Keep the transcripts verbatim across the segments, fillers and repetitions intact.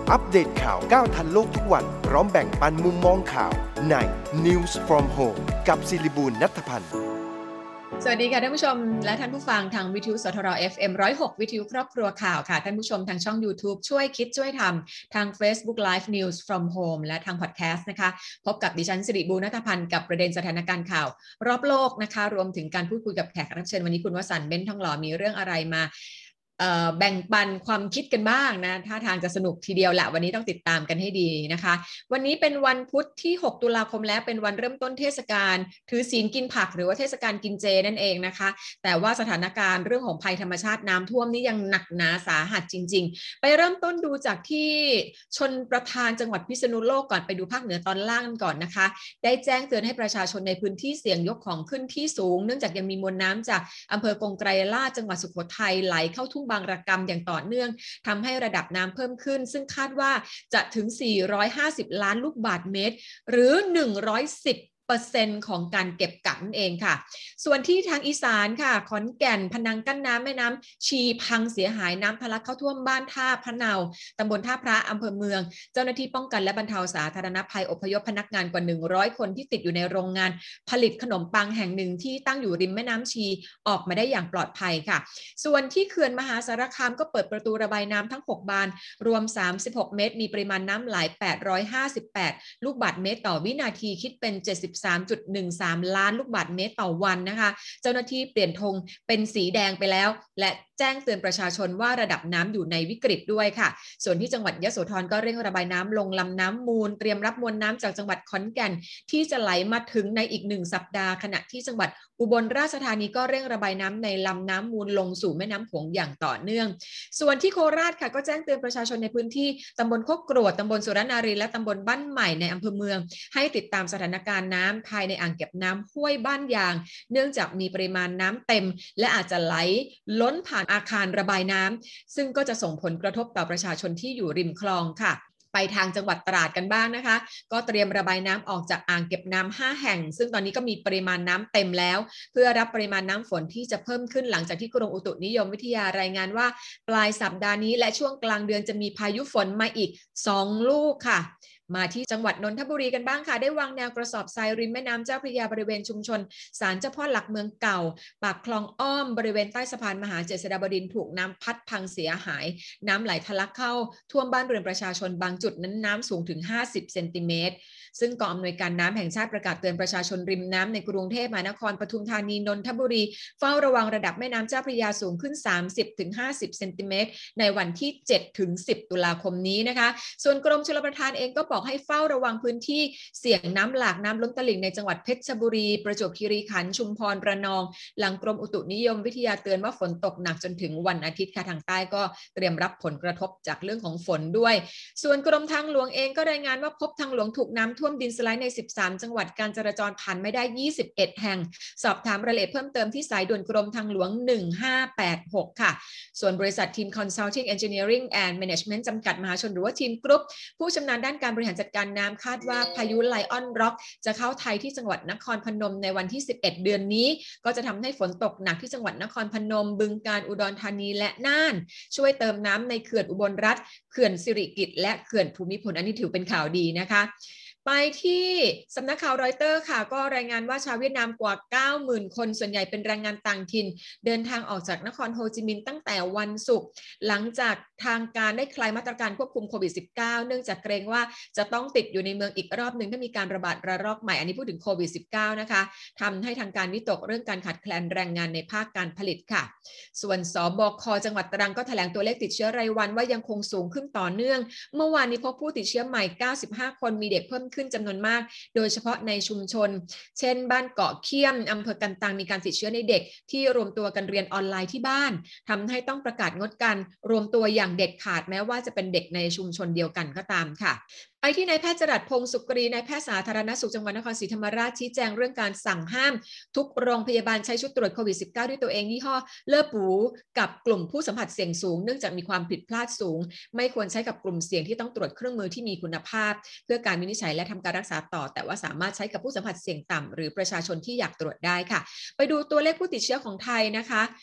อัปเดตข่าวก้าวทันโลกทุกวันพร้อมแบ่งปันมุมมองข่าวใน News from Home กับศิริบูลย์ ณัฐพันธ์สวัสดีค่ะท่านผู้ชมและท่านผู้ฟังทางวิทยุสทร เอฟ เอ็ม หนึ่งศูนย์หก วิทยุครอบครัวข่าวค่ะท่านผู้ชมทางช่อง YouTube ช่วยคิดช่วยทำทาง Facebook Live News from Home และทาง Podcast นะคะพบกับดิฉันสิริบูลย์ ณัฐพันธ์กับประเด็นสถานการณ์ข่าวรอบโลกนะคะรวมถึงการพูดคุยกับแขกรับเชิญวันนี้คุณวสันต์ เบ้นทองหล่อมีเรื่องอะไรมาแบ่งปันความคิดกันบ้างนะท่าทางจะสนุกทีเดียวแหละวันนี้ต้องติดตามกันให้ดีนะคะวันนี้เป็นวันพุธที่หกตุลาคมแล้วเป็นวันเริ่มต้นเทศกาลถือศีลกินผักหรือว่าเทศกาลกินเจนั่นเองนะคะแต่ว่าสถานการณ์เรื่องของภัยธรรมชาติน้ำท่วมนี่ยังหนักหนาสาหัสจริงๆไปเริ่มต้นดูจากที่ชลประทานจังหวัดพิษณุโลกก่อนไปดูภาคเหนือตอนล่างก่อนนะคะได้แจ้งเตือนให้ประชาชนในพื้นที่เสี่ยงยกของขึ้นที่สูงเนื่องจากยังมีมวลน้ำจากอำเภอกงไกรลาษฎร์จังหวัดสุโขทัยไหลเข้าทุ่งบางระกำอย่างต่อเนื่องทำให้ระดับน้ำเพิ่มขึ้นซึ่งคาดว่าจะถึงสี่ร้อยห้าสิบล้านลูกบาศก์เมตรหรือหนึ่งร้อยสิบเปอร์เซ็นต์ของการเก็บกักนั่นเองค่ะส่วนที่ทางอีสานค่ะขอนแก่นพนังกั้นน้ำแม่น้ำชีพังเสียหายน้ำทะลักเข้าท่วมบ้านท่าพะเนาตำบลท่าพระอำเภอเมืองเจ้าหน้าที่ป้องกันและบรรเทาสาธารณภัยอพยพพนักงานกว่าหนึ่งร้อยคนที่ติดอยู่ในโรงงานผลิตขนมปังแห่งหนึ่งที่ตั้งอยู่ริมแม่น้ำชีออกมาได้อย่างปลอดภัยค่ะส่วนที่เขื่อนมหาสารคามก็เปิดประตูระบายน้ำทั้งหกบานรวมสามสิบหกเมตรมีปริมาณน้ำไหลแปดร้อยห้าสิบแปดลูกบาศก์เมตรต่อวินาทีคิดเป็น เจ็ดสิบสามจุดหนึ่งสาม ล้านลูกบาศก์เมตรต่อวันนะคะเจ้าหน้าที่เปลี่ยนธงเป็นสีแดงไปแล้วและแจ้งเตือนประชาชนว่าระดับน้ำอยู่ในวิกฤตด้วยค่ะส่วนที่จังหวัดยโสธรก็เร่งระบายน้ำลงลำน้ำมูลเตรียมรับมวลน้ำจากจังหวัดขอนแก่นที่จะไหลมาถึงในอีกหนึ่งสัปดาห์ขณะที่จังหวัดอุบลราชธานีก็เร่งระบายน้ำในลำน้ำมูลลงสู่แม่น้ำโขงอย่างต่อเนื่องส่วนที่โคราชค่ะก็แจ้งเตือนประชาชนในพื้นที่ตำบลโคกกรวดตำบลสุรนารีและตำบลบ้านใหม่ในอำเภอเมืองให้ติดตามสถานการณ์น้ำภายในอ่างเก็บน้ำห้วยบ้านยางเนื่องจากมีปริมาณน้ำเต็มและอาจจะไหลล้นผ่านอาคารระบายน้ำซึ่งก็จะส่งผลกระทบต่อประชาชนที่อยู่ริมคลองค่ะไปทางจังหวัดตราดกันบ้างนะคะก็เตรียมระบายน้ำออกจากอ่างเก็บน้ำห้าแห่งซึ่งตอนนี้ก็มีปริมาณน้ำเต็มแล้วเพื่อรับปริมาณน้ำฝนที่จะเพิ่มขึ้นหลังจากที่กรมอุตุนิยมวิทยารายงานว่าปลายสัปดาห์นี้และช่วงกลางเดือนจะมีพายุฝนมาอีกสองลูกค่ะมาที่จังหวัดนนทบุรีกันบ้างค่ะได้วางแนวกระสอบทรายริมแม่น้ำเจ้าพระยาบริเวณชุมชนศาลเจ้าพ่อหลักเมืองเก่าปากคลองอ้อมบริเวณใต้สะพานมหาเจษฎาบดินทร์ถูกน้ำพัดพังเสียหายน้ำไหลทะลักเข้าท่วมบ้านเรือนประชาชนบางจุดนั้นน้ำสูงถึงห้าสิบเซนติเมตรซึ่งกองอำนวยการน้ำแห่งชาติประกาศเตือนประชาชนริมน้ำในกรุงเทพมหานครปทุมธานีนนทบุรีเฝ้าระวังระดับแม่น้ำเจ้าพระยาสูงขึ้น สามสิบถึงห้าสิบเซนติเมตรในวันที่ เจ็ดถึงสิบ ตุลาคมนี้นะคะส่วนกรมชลประทานเองก็บอกให้เฝ้าระวังพื้นที่เสี่ยงน้ำหลากน้ำล้นตลิ่งในจังหวัดเพชรบุรีประจวบคีรีขันธ์ชุมพรระนองหลังกรมอุตุนิยมวิทยาเตือนว่าฝนตกหนักจนถึงวันอาทิตย์ค่ะทางใต้ก็เตรียมรับผลกระทบจากเรื่องของฝนด้วยส่วนกรมทางหลวงเองก็รายงานว่าพบทางหลวงถูกน้ำท่วมดินสไลด์ในสิบสามจังหวัดการจราจรผ่านไม่ได้ยี่สิบเอ็ดแห่งสอบถามรายละเอียดเพิ่มเติมที่สายด่วนกรมทางหลวงหนึ่งห้าแปดหกค่ะส่วนบริษัททีม Consulting Engineering and Management จำกัดมหาชนหรือว่าทีมกรุ๊ปผู้ชำนาญด้านการบริหารจัดการน้ำคาดว่าพายุไลออนร็อกจะเข้าไทยที่จังหวัดนครพนมในวันที่สิบเอ็ดเดือนนี้ก็จะทำให้ฝนตกหนักที่จังหวัดนครพนมบึงกาฬอุดรธานีและน่านช่วยเติมน้ำในเขื่อนอุบลรัตน์เขื่อนสิริกิติ์และเขื่อนภูมิพลอันนี้ถือเป็นข่าวดีนะคะไปที่สำนักข่าวรอยเตอร์ค่ะก็รายงานว่าชาวเวียดนามกว่า เก้าหมื่น คนส่วนใหญ่เป็นแรงงานต่างถิ่นเดินทางออกจากนครโฮจิมินห์ตั้งแต่วันศุกร์หลังจากทางการได้คลายมาตรการควบคุมโควิด สิบเก้า เนื่องจากเกรงว่าจะต้องติดอยู่ในเมืองอีกรอบหนึ่งถ้ามีการระบาดระลอกใหม่อันนี้พูดถึงโควิด สิบเก้า นะคะทำให้ทางการวิตกเรื่องการขาดแคลนแรงงานในภาคการผลิตค่ะส่วนสบคจังหวัดตรังก็แถลงตัวเลขติดเชื้อรายวันว่ายังคงสูงขึ้นต่อเนื่องเมื่อวานนี้พบผู้ติดเชื้อใหม่เก้าสิบห้าคนมีเด็กเพิ่มขึ้นจำนวนมากโดยเฉพาะในชุมชนเช่นบ้านเกาะเขี้ยมอำเภอกันตังมีการติดเชื้อในเด็กที่รวมตัวกันเรียนออนไลน์ที่บ้านทำให้ต้องประกาศงดการรวมตัวอย่างเด็ดขาดแม้ว่าจะเป็นเด็กในชุมชนเดียวกันก็ตามค่ะไปที่นายแพทย์จรัสพงศ์สุกรีนายแพทย์สาธารณสุขจังหวัดนครศรีธรรมราชชี้แจงเรื่องการสั่งห้ามทุกโรงพยาบาลใช้ชุดตรวจโควิด สิบเก้า ด้วยตัวเองยี่ห้อเลอปูกับกลุ่มผู้สัมผัสเสี่ยงสูงเนื่องจากมีความผิดพลาดสูงไม่ควรใช้กับกลุ่มเสี่ยงที่ต้องตรวจเครื่องมือที่มีคุณภาพเพื่อการวินิจฉัยและทำการรักษาต่อแต่ว่าสามารถใช้กับผู้สัมผัสเสี่ยงต่ำหรือประชาชนที่อยากตรวจได้ค่ะไปดูตัวเลขผู้ติดเชื้อของไทยนะคะ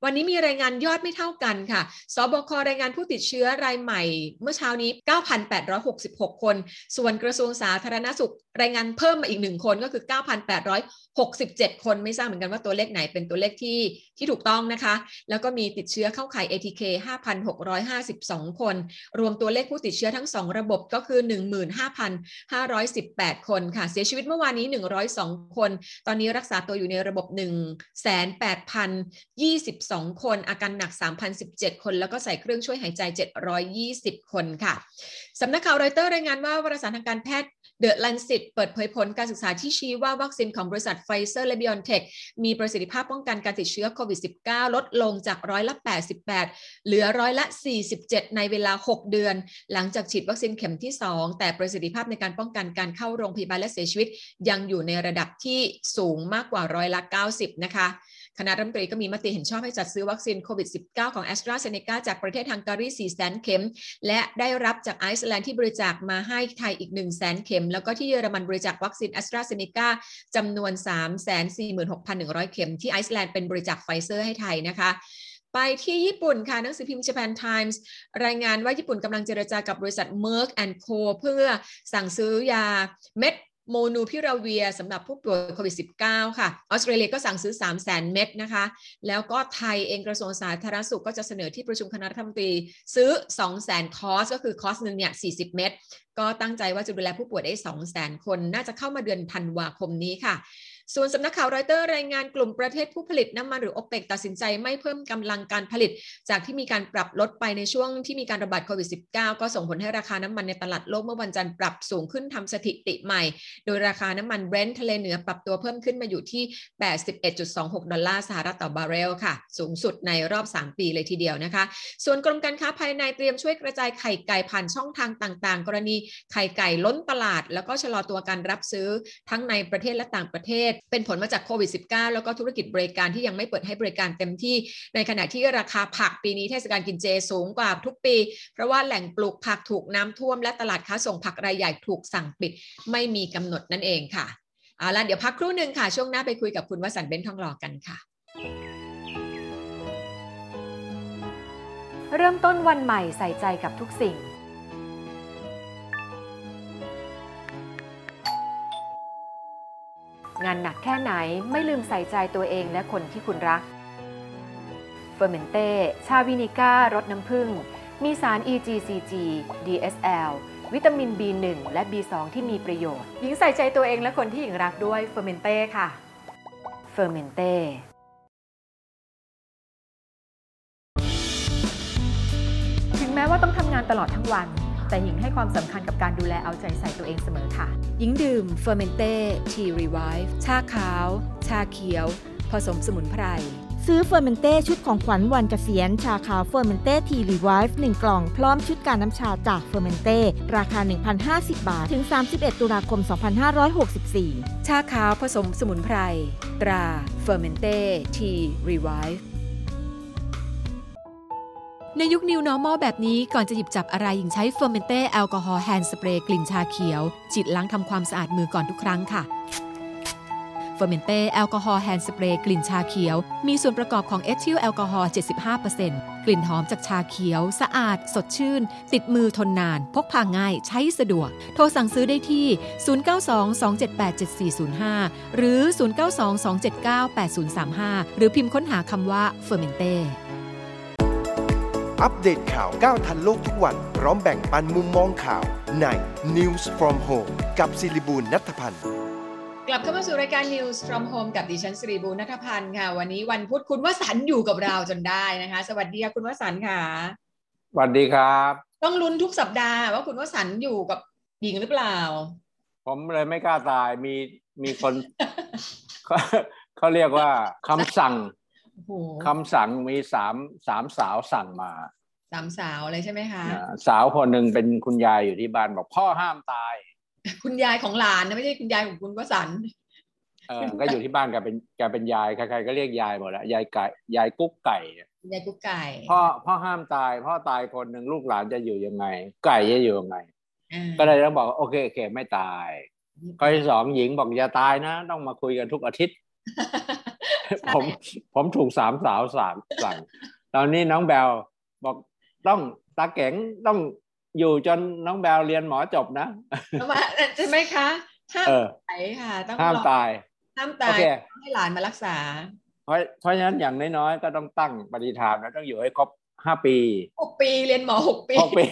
วันนี้มีรายงานยอดไม่เท่ากันค่ะสบครายงานผู้ติดเชื้อรายใหม่เมื่อเช้านี้ เก้าพันแปดร้อยหกสิบหก คนส่วนกระทรวงสาธารณสุขรายงานเพิ่มมาอีกหนึ่งคนก็คือ เก้าพันแปดร้อยหกสิบเจ็ด คนไม่ทราบเหมือนกันว่าตัวเลขไหนเป็นตัวเลขที่ที่ถูกต้องนะคะแล้วก็มีติดเชื้อเข้าข่าย เอ ที เค ห้าพันหกร้อยห้าสิบสอง คนรวมตัวเลขผู้ติดเชื้อทั้งสองระบบก็คือ หนึ่งหมื่นห้าพันห้าร้อยสิบแปด คนค่ะเสียชีวิตเมื่อวานนี้หนึ่งร้อยสองคนตอนนี้รักษาตัวอยู่ในระบบ หนึ่งแสนแปดพันยี่สิบสอง คนอาการหนัก สามพันสิบเจ็ด คนแล้วก็ใส่เครื่องช่วยหายใจเจ็ดร้อยยี่สิบคนค่ะสำนักข่าวรอยเตอร์รายงานว่าวารสารทางการแพทย์ The Lancet เปิดเผยผลการศึกษาที่ชี้ว่าวัคซีนของบริษัทไฟเซอร์และ BioNTech มีประสิทธิภาพป้องกันการติดเชื้อโควิด สิบเก้า ลดลงจากร้อยละแปดสิบแปดเหลือร้อยละสี่สิบเจ็ดในเวลาหกเดือนหลังจากฉีดวัคซีนเข็มที่สองแต่ประสิทธิภาพในการป้องกันการเข้าโรงพยาบาลและเสียชีวิตยังอยู่ในระดับที่สูงมากกว่าร้อยละเก้าสิบนะคะคณะรัฐมนตรีก็มีมติเห็นชอบให้จัดซื้อวัคซีนโควิด สิบเก้า ของ AstraZeneca จากประเทศฮังการี สี่แสน เข็มและได้รับจากไอซ์แลนด์ที่บริจาคมาให้ไทยอีก หนึ่งแสน เข็มแล้วก็ที่เยอรมันบริจาควัคซีน AstraZeneca จำนวน สามแสนสี่หมื่นหกพันหนึ่งร้อย เข็มที่ไอซ์แลนด์เป็นบริจาคไฟเซอร์ให้ไทยนะคะไปที่ญี่ปุ่นค่ะหนังสือพิมพ์ Japan Times รายงานว่าญี่ปุ่นกำลังเจรจากับบริษัท Merck แอนด์ Co เพื่อสั่งซื้อยาเม็ดโมนูพิราเวียสำหรับผู้ป่วยโควิด สิบเก้า ค่ะออสเตรเลียก็สั่งซื้อ สามแสน เม็ดนะคะแล้วก็ไทยเองกระทรวงสาธารณสุขก็จะเสนอที่ประชุมคณะรัฐมนตรีซื้อ สองแสน คอร์สก็คือคอร์สนึงเนี่ยสี่สิบเม็ดก็ตั้งใจว่าจะดูแลผู้ป่วยได้ สองแสน คนน่าจะเข้ามาเดือนธันวาคมนี้ค่ะส่วนสำนักข่าวรอยเตอร์รายงานกลุ่มประเทศผู้ผลิตน้ำมันหรือ โอเปก ตัดสินใจไม่เพิ่มกำลังการผลิตจากที่มีการปรับลดไปในช่วงที่มีการระบาดโควิด สิบเก้า ก็ส่งผลให้ราคาน้ำมันในตลาดโลกเมื่อวันจันทร์ปรับสูงขึ้นทำสถิติใหม่โดยราคาน้ำมัน Brent ทะเลเหนือปรับตัวเพิ่มขึ้นมาอยู่ที่ แปดสิบเอ็ดจุดสองหก ดอลลาร์สหรัฐต่อบาร์เรลค่ะสูงสุดในรอบสามปีเลยทีเดียวนะคะส่วนกรมการค้าภายในเตรียมช่วยกระจายไข่ไก่ผ่านช่องทางต่างๆกรณีไข่ไก่ล้นตลาดแล้วก็ชะลอตัวการรับซื้อทั้งในประเทศและต่างประเทศเป็นผลมาจากโควิด สิบเก้า แล้วก็ธุรกิจบริการที่ยังไม่เปิดให้บริการเต็มที่ในขณะที่ราคาผักปีนี้เทศกาลกินเจสูงกว่าทุกปีเพราะว่าแหล่งปลูกผักถูกน้ำท่วมและตลาดค้าส่งผักรายใหญ่ถูกสั่งปิดไม่มีกำหนดนั่นเองค่ะเอาล่ะเดี๋ยวพักครู่หนึ่งค่ะช่วงหน้าไปคุยกับคุณวสันต์ เบ้นทองหล่อกันค่ะเริ่มต้นวันใหม่ใส่ใจกับทุกสิ่งงานหนักแค่ไหนไม่ลืมใส่ใจตัวเองและคนที่คุณรักเฟอร์เมนเต้ชาวินิก้ารสน้ำผึ้งมีสาร อี จี ซี จี ดี เอส แอล วิตามิน บี หนึ่ง และ บี สอง ที่มีประโยชน์หญิงใส่ใจตัวเองและคนที่หญิงรักด้วยเฟอร์เมนเต้ค่ะเฟอร์เมนเต้ถึงแม้ว่าต้องทำงานตลอดทั้งวันแต่หญิงให้ความสำคัญกับการดูแลเอาใจใส่ตัวเองเสมอค่ะหญิงดื่มเฟอร์เมนเต้ทีรีไวฟ์ชาขาวชาเขียวผสมสมุนไพรซื้อเฟอร์เมนเต้ชุดของขวัญวันเกษียณชาขาวเฟอร์เมนเต้ทีรีไวฟ์หนึ่งกล่องพร้อมชุดการน้ำชาจากเฟอร์เมนเต้ราคา หนึ่งพันห้าสิบ บาทถึงสามสิบเอ็ดตุลาคมสองพันห้าร้อยหกสิบสี่ชาขาวผสมสมุนไพรตราเฟอร์เมนเต้ทีรีไวฟ์ในยุค New Normal แบบนี้ก่อนจะหยิบจับอะไรหญิงใช้เฟอร์เมนเต้แอลกอฮอล์แฮนด์สเปรย์กลิ่นชาเขียวฉีดล้างทำความสะอาดมือก่อนทุกครั้งค่ะเฟอร์เมนเต้แอลกอฮอล์แฮนด์สเปรย์กลิ่นชาเขียวมีส่วนประกอบของเอทิลแอลกอฮอล์ เจ็ดสิบห้าเปอร์เซ็นต์ กลิ่นหอมจากชาเขียวสะอาดสดชื่นติดมือทนนานพกพาง่ายใช้สะดวกโทรสั่งซื้อได้ที่ศูนย์ เก้า สอง สอง เจ็ด แปด เจ็ด สี่ ศูนย์ ห้าหรือศูนย์ เก้า สอง สอง เจ็ด เก้า แปด ศูนย์ สาม ห้าหรือพิมพ์ค้นหาคำว่าเฟอร์เมนเต้อัปเดตข่าวก้าวทันโลกทุกวันพร้อมแบ่งปันมุมมองข่าวใน News from Home กับศิริบูลย์ ณัฐพันธ์กลับเข้ามาสู่รายการ News from Home กับดิฉันศิริบูลย์ ณัฐพันธ์ค่ะวันนี้วันพุธคุณวสันต์อยู่กับเราจนได้นะคะสวัสดีค่ะคุณวสันต์ค่ะสวัสดีครับต้องลุ้นทุกสัปดาห์ว่าคุณวสันต์อยู่กับหญิงหรือเปล่าผมเลยไม่กล้าตายมีมีคน เขาเรียกว่าคำสั่งคำสั่งมีสามสามสาวสั่งมาสามสาวเลยใช่ไหมคะสาวคนหนึ่งเป็นคุณยายอยู่ที่บ้านบอกพ่อห้ามตายคุณยายของหลานนะไม่ใช่คุณยายของคุณวสันต์เออก็อยู่ที่บ้านแกเป็นแกเป็นยายใครๆก็เรียกยายหมดแล้วยายไก่ยายกุ๊กไก่ยายกุ๊กไก่พ่อพ่อห้ามตายพ่อตายคนหนึ่งลูกหลานจะอยู่ยังไงไก่จะอยู่ยังไงก็เลยต้องบอกโอเคโอเคไม่ตายข้อที่สองหญิงบอกอย่าตายนะต้องมาคุยกันทุกอาทิตย์ผมผมถูกสามสาวสามสั่งตอนนี้น้องแบลบอกต้องตาเก๋งต้องอยู่จนน้องแบลเรียนหมอจบนะใช่ไหมคะห้ามตายค่ะต้องห้ามตายห้ามตายให้หลานมารักษาเพราะเพราะฉะนั้นอย่างน้อยๆก็ต้องตั้งปณิธานนะต้องอยู่ให้ครบห้าปีหกปีเรียนหมอหกปีหกปี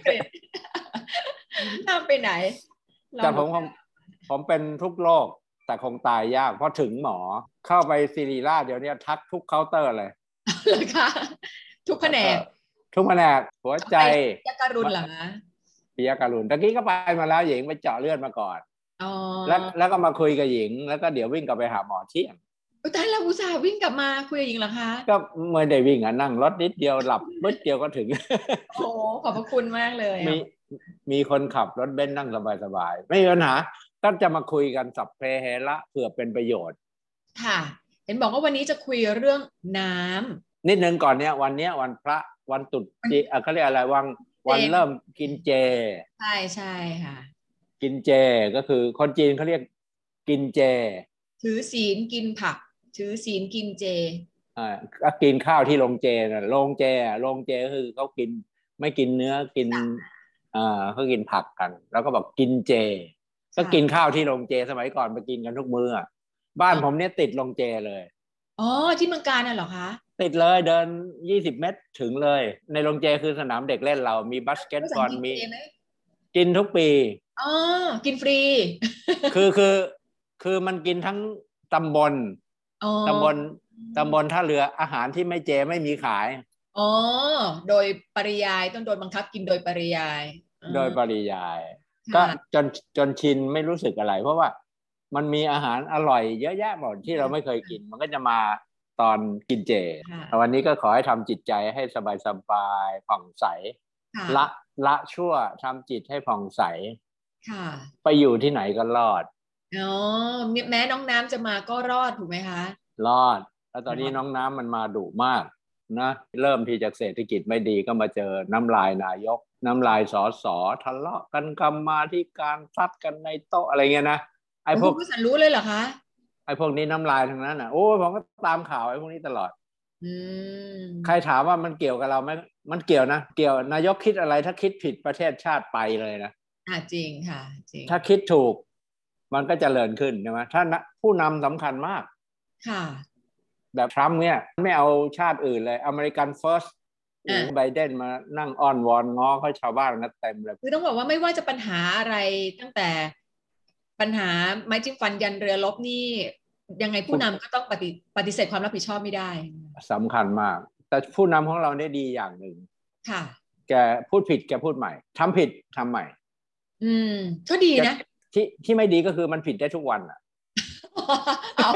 ห้ามไปไหนแต่ผมผมเป็นทุกโรคแต่คงตายยากเพราะถึงหมอเข้าไปศิริราชเดี๋ยวนี้ทักทุกเคาน์เตอร์เลยเลยค่ะทุกแผนกทุกแผนกหัวใจปิยการุณเหรอคะปิยการุณตะกี้ก็ไปมาแล้วหญิงไปเจาะเลือดมาก่อนแล้วแล้วก็มาคุยกับหญิงแล้วก็เดี๋ยววิ่งกลับไปหาหมอเที่ยงแต่เราอุตส่าห์วิ่งกลับมาคุยกับหญิงเหรอคะก็เมื่อได้วิ่งอ่ะนั่งรถนิดเดียวหลับนิดเดียวก็ถึงโอ้ขอบพระคุณมากเลยมีมีคนขับรถเบนซ์นั่งสบายๆไม่มีปัญหาก็จะมาคุยกันสัพเพเหระเพื่อเป็นประโยชน์ค่ะเห็นบอกว่าวันนี้จะคุยเรื่องน้ำนิดนึงก่อนเนี้ยวันเนี้ยวันพระวันตรุษจีนเขาเรียกอะไรวันวันเริ่มกินเจใช่ใช่ค่ะกินเจก็คือคนจีนเขาเรียกกินเจถือศีลกินผักถือศีลกินเจอ่าก็กินข้าวที่โรงเจน่ะโรงเจอ่ะโรงเจก็คือเขากินไม่กินเนื้อกินอ่าเขากินผักกันแล้วก็บอกกินเจก็กินข้าวที่โรงเจสมัยก่อนไปกินกันทุกมื้อบ้านผมเนี่ยติดโรงเจเลยอ๋อที่เมืองการน่ะเหรอคะติดเลยเดินยี่สิบเมตรถึงเลยในโรงเจคือสนามเด็กเล่นเรามีบาสเกตบอลมีกินทุกปีอ๋อกินฟรีคือคือคือมันกินทั้งตำบลตำบลตำบลท่าเรืออาหารที่ไม่เจไม่มีขายอ๋อโดยปริยายต้องโดนบังคับกินโดยปริยายโดยปริยายก็จนจนชินไม่รู้สึกอะไรเพราะว่ามันมีอาหารอร่อยเยอะแยะหมดที่เราไม่เคยกินมันก็จะมาตอนกินเจวันนี้ก็ขอให้ทำจิตใจให้สบายๆผ่องใสละละชั่วทำจิตให้ผ่องใสไปอยู่ที่ไหนก็รอดอ๋อแม้น้องน้ำจะมาก็รอดถูกไหมคะรอดแล้วตอนนี้น้องน้ำมันมาดุมากนะเริ่มที่จากเศรษฐกิจไม่ดีก็มาเจอน้ำลายนายกน้ำลายสอสอทะเลาะกันกรรมาธิการซัดกันในโต๊ะอะไรเงี้ยนะไอ้พวกผู้สันรู้เลยเหรอคะไอ้พวกนี้น้ำลายทั้งนั้นอ่ะโอ้ผมก็ตามข่าวไอ้พวกนี้ตลอดอืมใครถามว่ามันเกี่ยวกับเราไหมมันเกี่ยวนะเกี่ยวนายกคิดอะไรถ้าคิดผิดประเทศชาติไปเลยนะอ่าจริงค่ะจริงถ้าคิดถูกมันก็จเจริญขึ้นใช่ไหมถ้าผู้นำสำคัญมากค่ะแบบทรัมป์เนี่ยไม่เอาชาติอื่นเลยอเมริกันเฟิร์สไบเดนมานั่งอ้อนวอนง้อเขาชาวบ้านกันเต็มเลยคือต้องบอกว่าไม่ว่าจะปัญหาอะไรตั้งแต่ปัญหาไม้จิ้มฟันยันเรือรบนี่ยังไงผู้นำก็ต้องปฏิปฏิเสธความรับผิดชอบไม่ได้สำคัญมากแต่ผู้นำของเราเนี่ยดีอย่างหนึ่งค่ะแกพูดผิดแกพูดใหม่ทำผิดทำใหม่อืมก็ดีนะที่ที่ไม่ดีก็คือมันผิดได้ทุกวันอ่ะเอา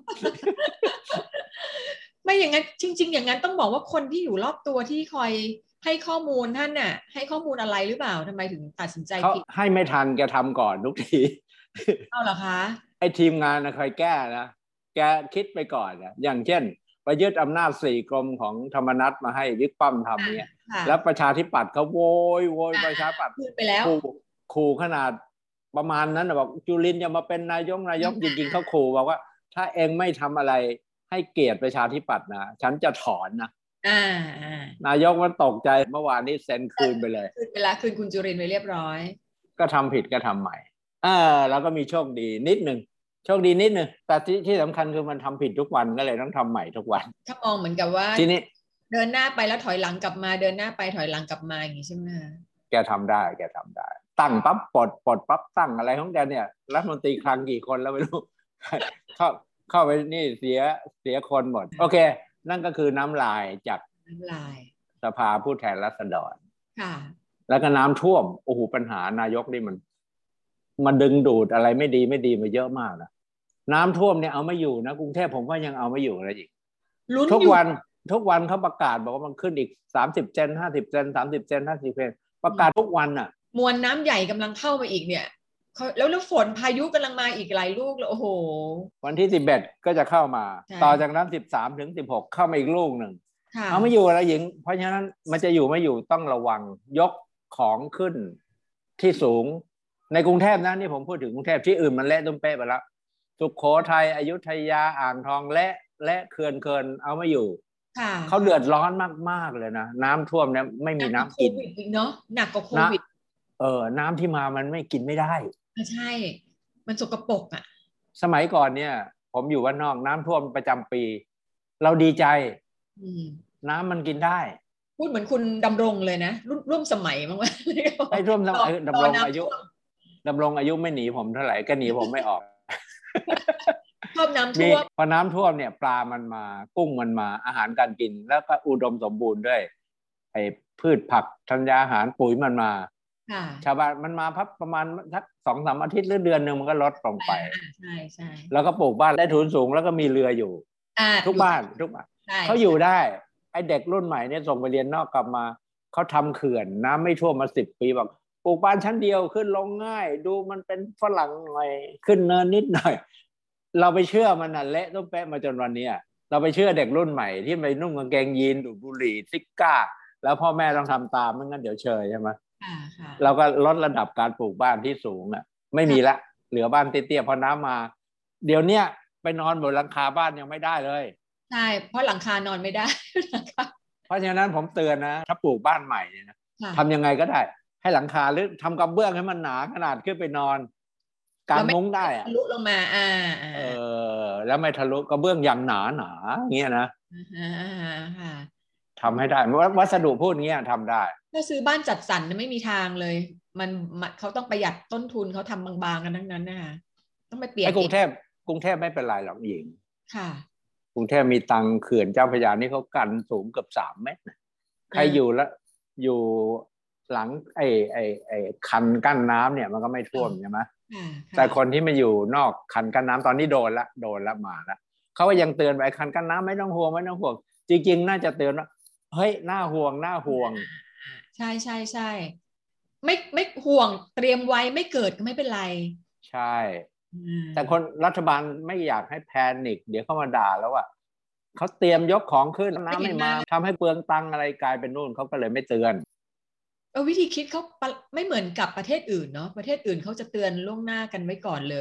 ไม่อย่างนั้นจริงๆอย่างนั้นต้องบอกว่าคนที่อยู่รอบตัวที่คอยให้ข้อมูลท่านน่ะให้ข้อมูลอะไรหรือเปล่าทำไมถึงตัดสินใจผิดให้ไม่ทันแกทำก่อนทุกทีเอาเหรอคะไอ้ทีมงานนะคอยแก้นะแกคิดไปก่อนนะอย่างเช่นไปยึดอำนาจสี่กรมของธรรมนัสมาให้บิ๊กป้อมทำเนี่ยแล้วประชาธิปัตย์เขาโวยโวยประชาธิปัตย์ไปแล้วขู่ขนาดประมาณนั้นนะบอกจุลินจะมาเป็นนายกนายกจริงๆเขาขู่บอกว่าถ้าเองไม่ทำอะไรให้เกียรติประชาธิปัตย์นะฉันจะถอนนะนายกมันตกใจเมื่อวานนี้เซ็นคืนไปเลยคืนเวลาคืนคุณจุรินทร์ไปเรียบร้อยก็ทำผิดก็ทำใหม่อ่าแล้วก็มีโชคดีนิดหนึ่งโชคดีนิดหนึ่งแต่ที่ที่สำคัญคือมันทำผิดทุกวันก็เลยต้องทำใหม่ทุกวันถ้ามองเหมือนกับว่าทีนี้เดินหน้าไปแล้วถอยหลังกลับมาเดินหน้าไปถอยหลังกลับมาอย่างนี้ใช่ไหมแกทำได้แกทำได้ตั้งปั๊บปลดปลดปั๊บตั้งอะไรของแกเนี่ยรัฐมนตรีคลังกี่คนแล้วไม่รู้เข้าเข้าไปนี่เสียเสียคนหมดโอเคนั่นก็คือน้ำลายจากน้ำลายสภาผู้แทนราษฎรค่ะแล้วก็น้ำท่วมโอ้โหปัญหานายกนี่มันมันดึงดูดอะไรไม่ดีไม่ดีมาเยอะมากนะน้ำท่วมเนี่ยเอาไม่อยู่นะกรุงเทพผมว่ายังเอาไม่อยู่เลยอีกทุกวันทุกวันเขาประกาศบอกว่ามันขึ้นอีกสามสิบเซนห้าสิบเซนสามสิบเซนห้าสิบเซนประกาศทุกวันอ่ะมวลน้ำใหญ่กำลังเข้ามาอีกเนี่ยแล้วแล้วฝนพายุกำลังมาอีกหลายลูกเลยโอ้โหวันที่สิบเอ็ดก็จะเข้ามาต่อจากนั้นสิบสามถึงสิบหกเข้ามาอีกลูกหนึ่งเอาไม่อยู่แล้วหญิงเพราะฉะนั้นมันจะอยู่ไม่อยู่ต้องระวังยกของขึ้นที่สูงในกรุงเทพนะนี่ผมพูดถึงกรุงเทพที่อื่นมันเละตุ้มเป๊ะไปแล้วสุโขทัยอยุธยาอ่างทองเละและเขื่อนเกินเอาไม่อยู่เขาเดือดร้อนมากๆเลยนะน้ำท่วมเนี่ยไม่มีน้ำกินเนาะหนักกว่าโควิดเออน้ำที่มามันไม่กินไม่ได้ใช่มันสกปรกอ่ะสมัยก่อนเนี่ยผมอยู่บ้านนอกน้ำท่วมประจำปีเราดีใจน้ำมันกินได้พูดเหมือนคุณดำรงเลยนะร่วมสมัยมั้งวะไอ้ร่วมดำรงอายุดำรงอายุไม่หนีผมเท่าไหร่ก็หนีผมไม่ออกชอบน้ำท่วมพอน้ำท่วมเนี่ยปลามันมากุ้งมันมาอาหารการกินแล้วก็อุดมสมบูรณ์ด้วยไอ้พืชผักธัญญาอาหารปุ๋ยมันมาชาวบ้านมันมาพักประมาณสักสองสามอาทิตย์หรือเดือนหนึ่งมันก็ลดลงไปใช่ใช่แล้วก็ปลูกบ้านได้ทุนสูงแล้วก็มีเรืออยู่ทุกบ้านทุกบ้านเขาอยู่ได้ไอ้เด็กรุ่นใหม่เนี่ยส่งไปเรียนนอกกลับมาเขาทำเขื่อนน้ำไม่ท่วมมาสิบปีบอกปลูกบ้านชั้นเดียวขึ้นลงง่ายดูมันเป็นฝรั่งหน่อยขึ้นเนินนิดหน่อยเราไปเชื่อมันน่ะเละต้มแปะมาจนวันนี้เราไปเชื่อเด็กรุ่นใหม่ที่ไปนุ่งกางเกงยีนดูดบุหรี่ซิก้าแล้วพ่อแม่ต้องทำตามไม่งั้นเดี๋ยวเชยใช่ไหมเราก็ลดระดับการปลูกบ้านที่สูงอ่ะไม่มีละเหลือบ้านเตี้ยๆพอน้ำมาเดี๋ยวเนี้ยไปนอนบนหลังคาบ้านยังไม่ได้เลยใช่เพราะหลังคานอนไม่ได้เพราะฉะนั้นผมเตือนนะถ้าปลูกบ้านใหม่เนี่ยนะทำยังไงก็ได้ให้หลังคาหรือทำกระเบื้องให้มันหนาขนาดขึ้นไปนอนกางมุ้งได้อะทะลุลงมาอ่าเออแล้วไม่ทะลุกระเบื้องอย่างหนาหนาเงี้ยนะทำให้ได้วัสดุพูดเงี้ยทำได้ถ้าซื้อบ้านจัดสรรไม่มีทางเลยมันเขาต้องประหยัดต้นทุนเขาทำบางๆกันทั้งนั้นนะคะต้องไปเปลี่ยนไอ้กรุงเทพกรุงเทพไม่เป็นไรหรอกหญิงค่ะกรุงเทพมีตังเขื่อนเจ้าพระยานี่เขากันสูงเกือบสามเมตรใครอยู่แล้วอยู่หลังไอ้ไอ้ไอ้คันกั้นน้ำเนี่ยมันก็ไม่ท่วมใช่ไหมแต่คนที่มาอยู่นอกคันกั้นน้ำตอนนี้โดนละโดนละมาละเขาก็ยังเตือนไว้คันกั้นน้ำไม่ต้องห่วงไม่ต้องห่วงจริงๆน่าจะเตือนว่าเฮ้ยน่าห่วงน่าห่วงใช่ใช่ใช่ไม่ไม่ห่วงเตรียมไว้ไม่เกิดก็ไม่เป็นไรใช่แต่คนรัฐบาลไม่อยากให้แพนิคเดี๋ยวเขามาด่าแล้วอ่ะเขาเตรียมยกของขึ้นน้ำไม่มาทำให้เปลืองตังอะไรกลายเป็นนู่นเขาก็เลยไม่เตือนเออวิธีคิดเขาไม่เหมือนกับประเทศอื่นเนาะประเทศอื่นเขาจะเตือนล่วงหน้ากันไว้ก่อนเลย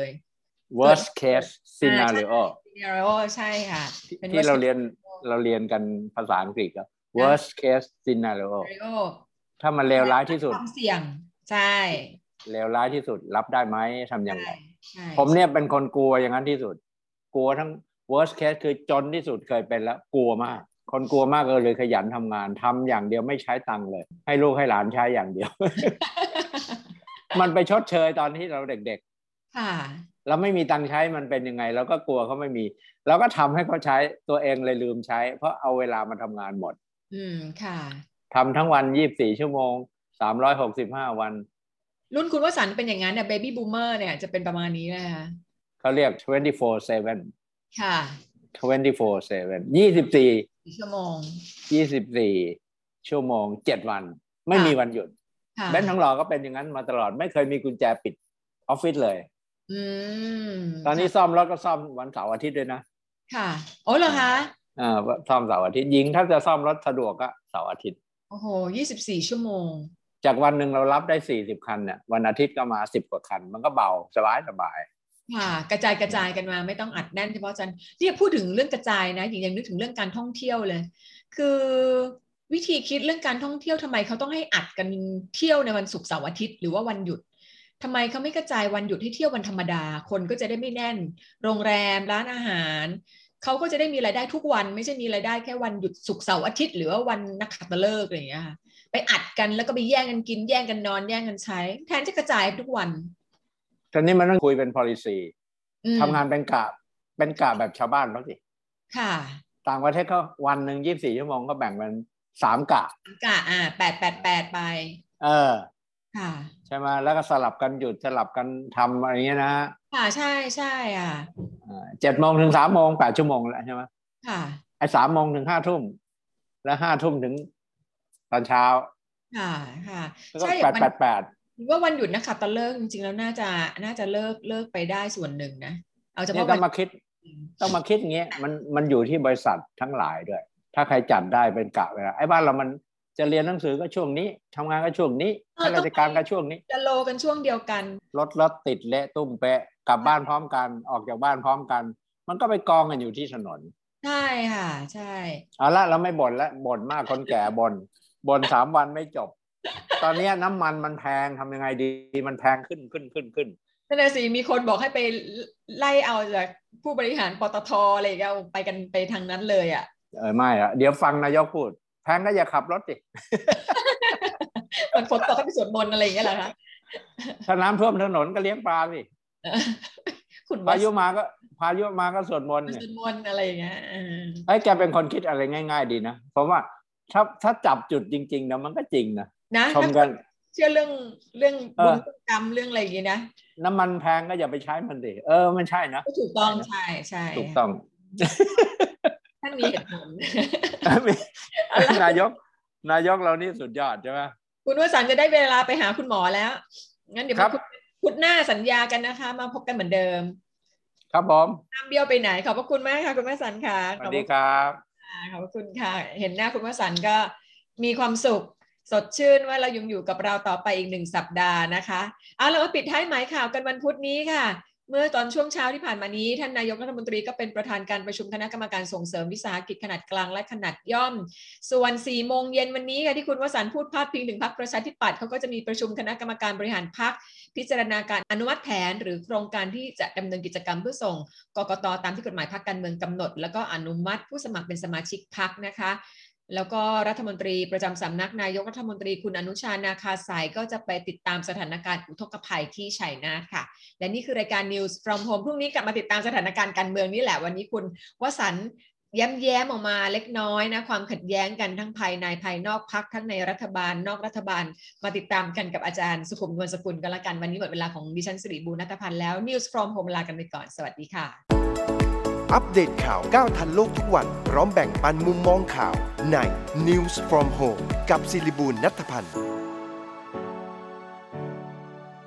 worst case scenario scenario ใช่ค่ะที่เราเรียนเราเรียนกันภาษาอังกฤษก็ worst case scenario ถ้ามันเลวร้ายที่สุดความเสี่ยงใช่เลวร้ายที่สุดรับได้ไหมทำยังไงผมเนี่ยเป็นคนกลัวอย่างนั้นที่สุดกลัวทั้ง worst case คือจนที่สุดเคยเป็นแล้วกลัวมากคนกลัวมากก็เลยขยันทำงานทำอย่างเดียวไม่ใช้ตังค์เลยให้ลูกให้หลานใช้อย่างเดียว มันไปชดเชยตอนที่เราเด็กๆเราไม่มีตังค์ใช้มันเป็นยังไงเราก็กลัวเขาไม่มีเราก็ทำให้เขาใช้ตัวเองเลยลืมใช้เพราะเอาเวลามาทำงานหมดอืมค่ะทำทั้งวันยี่สิบสี่ชั่วโมงสามร้อยหกสิบห้าวันรุ่นคุณวสันต์เป็นอย่างนั้นเนี่ย baby boomer เนี่ยจะเป็นประมาณนี้นะคะเขาเรียกยี่สิบสี่ เจ็ดค่ะยี่สิบสี่ เจ็ด ยี่สิบสี่ชั่วโมงยี่สิบสี่ชั่วโมงเจ็ดวันไม่มีวันหยุดเบนซ์ทองหล่อก็เป็นอย่างนั้นมาตลอดไม่เคยมีกุญแจปิดออฟฟิศเลยอืมตอนนี้ซ่อมรถก็ซ่อมวันเสาร์อาทิตย์ด้วยนะค่ะโอ้เหรอคะอ่าซ่อมเสาร์อาทิตย์ยิงถ้าจะซ่อมรถสะดวกก็เสาร์อาทิตย์โอ้โหยี่สิบสี่ชั่วโมงจากวันหนึ่งเรารับได้สี่สิบคันเนี่ยวันอาทิตย์ก็มาสิบกว่าคันมันก็เบาสบายสบายค่ะกระจายกระจายกันมาไม่ต้องอัดแน่นเฉพาะจันเนี่ยพูดถึงเรื่องกระจายนะอย่างยังนึกถึงเรื่องการท่องเที่ยวเลยคือวิธีคิดเรื่องการท่องเที่ยวทำไมเขาต้องให้อัดกันเที่ยวในวันศุกร์เสาร์อาทิตย์หรือว่าวันหยุดทำไมเขาไม่กระจายวันหยุดให้เที่ยววันธรรมดาคนก็จะได้ไม่แน่นโรงแรมร้านอาหารเขาก็จะได้มีรายได้ทุกวันไม่ใช่มีรายได้แค่วันหยุดศุกร์เสาร์อาทิตย์หรือว่าวันนักขัตฤกษ์อะไรอย่างเงี้ยค่ะไปอัดกันแล้วก็ไปแย่งกันกินแย่งกันนอนแย่งกันใช้แทนจะกระจายทุกวันตอนนี้มันต้องคุยเป็น policy ทำงานเป็นกะเป็นกะแบบชาวบ้านเขาสิค่ะต่างประเทศเขาวันหนึ่งยี่สิบสี่ชั่วโมงก็แบ่งเป็นสามกะกะอ่าแปดแปดแปดไปเออค่ะใช่ไหมแล้วก็สลับกันหยุดสลับกันทำอะไรเงี้ยนะค่ะใช่ใช่อ่ะเจ็ดโมงถึงสามโมงแปดชั่วโมงแล้วใช่ไหมค่ะไอ้สามโมงถึงห้าทุ่มแล้วห้าทุ่มถึงตอนเช้าค่ะค่ะใช่แปดแปดแปดว่าวันหยุดนะคะตอนเลิกจริงๆแล้วน่าจะน่าจะเลิกเลิกไปได้ส่วนหนึ่งนะเอาเฉพาะต้องมาคิดต้องมาคิดอย่างเงี้ยมันมันอยู่ที่บริษัททั้งหลายด้วยถ้าใครจัดได้เป็นกะเวลาไอ้บ้านเรามันจะเรียนหนังสือก็ช่วงนี้ทำงานก็ช่วงนี้ข้าราชการก็ช่วงนี้จะโลกันช่วงเดียวกันรถรถติดเละตุ้มเปะกลับบ้านพร้อมกันออกจากบ้านพร้อมกันมันก็ไปกองกันอยู่ที่ถนนใช่ค่ะใช่เอาละเราไม่บ่นแล้วบ่นมากคนแก่บ่นบ่นสามวันไม่จบตอนนี้น้ำมันมันแพงทำยังไงดีมันแพงขึ้นขึ้นขึ้นขึ้นนั่นแหละสิมีคนบอกให้ไปไล่เอาจากผู้บริหารปตทอะไรอย่างเงี้ยไปกันไปทางนั้นเลยอ่ะเออไม่อะเดี๋ยวฟังนายกพูดแพงก็อย่าขับรถดิมันฝนตกก็ไปสวดมนต์อะไรอย่างเงี้ยเหรอคะถ้าน้ำท่วมถนนก็เลี้ยงปลาสิพายุมาก็พายุมาก็สวดมนต์สวดมนต์อะไรอย่างเงี้ยไอ้แกเป็นคนคิดอะไรง่ายๆดีนะเพราะว่าถ้าถ้าจับจุดจริงๆนะมันก็จริงนะนะชมกันเชื่อเรื่องเรื่องบุญกรรมเรื่องอะไรอย่างงี้นะน้ำมันแพงก็อย่าไปใช้มันดิเออมันใช่นะถูกต้องใช่ใช่ถูกต้องท่านมีเหตุผลนายกนายกเรานี่สุดยอดใช่ไหมคุณวสันต์จะได้เวลาไปหาคุณหมอแล้วงั้นเดี๋ยวมาพุธหน้าสัญญากันนะคะมาพบกันเหมือนเดิมครับผมน้ำเบี้ยวไปไหนขอบพระคุณมากค่ะคุณวสันต์ค่ะสวัสดีครับขอบคุณค่ะเห็นหน้าคุณวสันต์ก็มีความสุขสดชื่นว่าเรายังอยู่กับเราต่อไปอีกหนึ่งสัปดาห์นะคะเอาเรามาปิดท้ายหมายข่าวกันวันพุธนี้ค่ะเมื่อตอนช่วงเช้าที่ผ่านมานี้ท่านนายกรัฐมนตรีก็เป็นประธานการประชุมคณะกรรมการส่งเสริมวิสาหกิจขนาดกลางและขนาดย่อมส่วนสี่โมงเย็นวันนี้ค่ะที่คุณวสันต์พูดพาดพิงถึงพรรคประชาธิปัตย์เขาก็จะมีประชุมคณะกรรมการบริหารพรรคพิจารณาการอนุมัติแผนหรือโครงการที่จะดำเนินกิจกรรมเพื่อส่งกกต.ตามที่กฎหมายพรรคการเมืองกำหนดแล้วก็อนุมัติผู้สมัครเป็นสมาชิกพรรคนะคะแล้วก็รัฐมนตรีประจำสำนักนายกรัฐมนตรีคุณอนุชานาคาสายก็จะไปติดตามสถานการณ์อุทกภัยที่ชัยนาทค่ะและนี่คือรายการ News from Home พรุ่งนี้กลับมาติดตามสถานการณ์การเมืองนี่แหละวันนี้คุณวสันต์แย้มๆออกมาเล็กน้อยนะความขัดแย้งกันทั้งภายในภายนอกพรรคทั้งในรัฐบาลนอกรัฐบาลมาติดตามกันกับอาจารย์สุขุมนวลสกุลกันละกันวันนี้หมดเวลาของดิฉันสิริบูรณัฐพันธ์แล้ว News from Home ลากันไปก่อนสวัสดีค่ะอัปเดตข่าวก้าวทันโลกทุกวันพร้อมแบ่งปันมุมมองข่าวใน News from Home กับศิริบูรณัฐพันธ์